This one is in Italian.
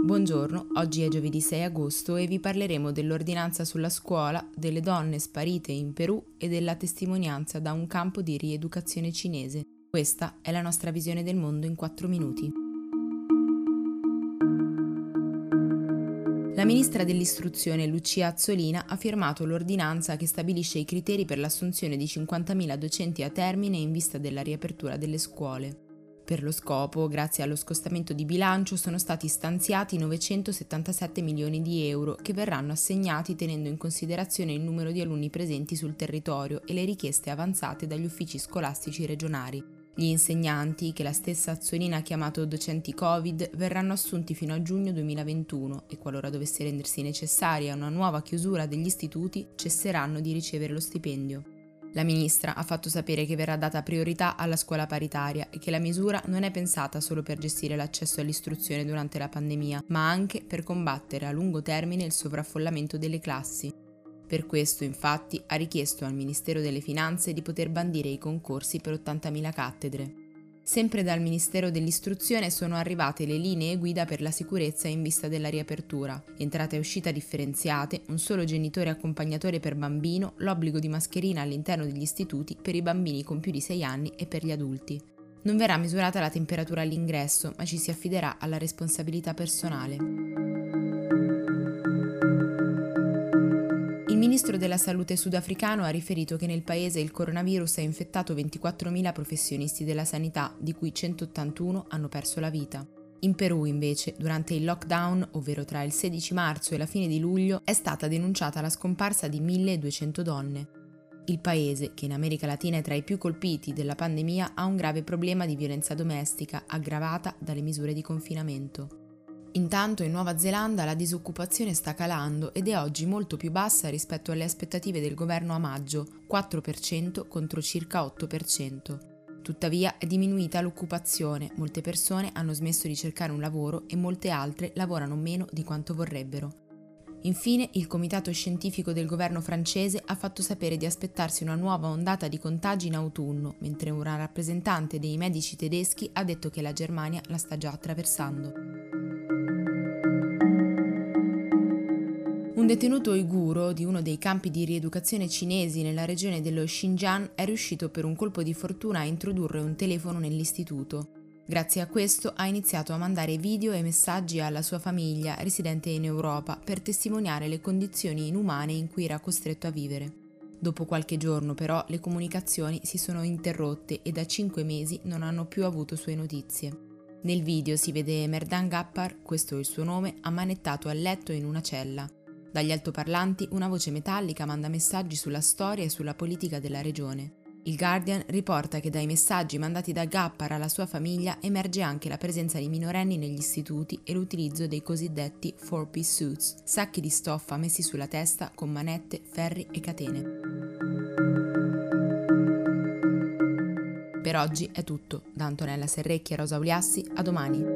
Buongiorno, oggi è giovedì 6 agosto e vi parleremo dell'ordinanza sulla scuola, delle donne sparite in Perù e della testimonianza da un campo di rieducazione cinese. Questa è la nostra visione del mondo in 4 minuti. La ministra dell'istruzione Lucia Azzolina ha firmato l'ordinanza che stabilisce i criteri per l'assunzione di 50.000 docenti a termine in vista della riapertura delle scuole. Per lo scopo, grazie allo scostamento di bilancio, sono stati stanziati 977 milioni di euro che verranno assegnati tenendo in considerazione il numero di alunni presenti sul territorio e le richieste avanzate dagli uffici scolastici regionali. Gli insegnanti, che la stessa Azzolina ha chiamato docenti Covid, verranno assunti fino a giugno 2021 e qualora dovesse rendersi necessaria una nuova chiusura degli istituti, cesseranno di ricevere lo stipendio. La ministra ha fatto sapere che verrà data priorità alla scuola paritaria e che la misura non è pensata solo per gestire l'accesso all'istruzione durante la pandemia, ma anche per combattere a lungo termine il sovraffollamento delle classi. Per questo, infatti, ha richiesto al Ministero delle Finanze di poter bandire i concorsi per 80.000 cattedre. Sempre dal Ministero dell'Istruzione sono arrivate le linee guida per la sicurezza in vista della riapertura, entrata e uscita differenziate, un solo genitore accompagnatore per bambino, l'obbligo di mascherina all'interno degli istituti per i bambini con più di 6 anni e per gli adulti. Non verrà misurata la temperatura all'ingresso, ma ci si affiderà alla responsabilità personale. Il ministro della Salute sudafricano ha riferito che nel paese il coronavirus ha infettato 24.000 professionisti della sanità, di cui 181 hanno perso la vita. In Perù, invece, durante il lockdown, ovvero tra il 16 marzo e la fine di luglio, è stata denunciata la scomparsa di 1.200 donne. Il paese, che in America Latina è tra i più colpiti della pandemia, ha un grave problema di violenza domestica, aggravata dalle misure di confinamento. Intanto in Nuova Zelanda la disoccupazione sta calando ed è oggi molto più bassa rispetto alle aspettative del governo a maggio, 4% contro circa 8%. Tuttavia è diminuita l'occupazione, molte persone hanno smesso di cercare un lavoro e molte altre lavorano meno di quanto vorrebbero. Infine, il comitato scientifico del governo francese ha fatto sapere di aspettarsi una nuova ondata di contagi in autunno, mentre una rappresentante dei medici tedeschi ha detto che la Germania la sta già attraversando. Un detenuto uiguro di uno dei campi di rieducazione cinesi nella regione dello Xinjiang è riuscito per un colpo di fortuna a introdurre un telefono nell'istituto. Grazie a questo ha iniziato a mandare video e messaggi alla sua famiglia residente in Europa per testimoniare le condizioni inumane in cui era costretto a vivere. Dopo qualche giorno però le comunicazioni si sono interrotte e da 5 mesi non hanno più avuto sue notizie. Nel video si vede Merdan Gappar, questo è il suo nome, ammanettato a letto in una cella. Dagli altoparlanti una voce metallica manda messaggi sulla storia e sulla politica della regione. Il Guardian riporta che dai messaggi mandati da Gappar alla sua famiglia emerge anche la presenza di minorenni negli istituti e l'utilizzo dei cosiddetti 4-piece suits, sacchi di stoffa messi sulla testa con manette, ferri e catene. Per oggi è tutto. Da Antonella Serrecchia e Rosa Uliassi, a domani.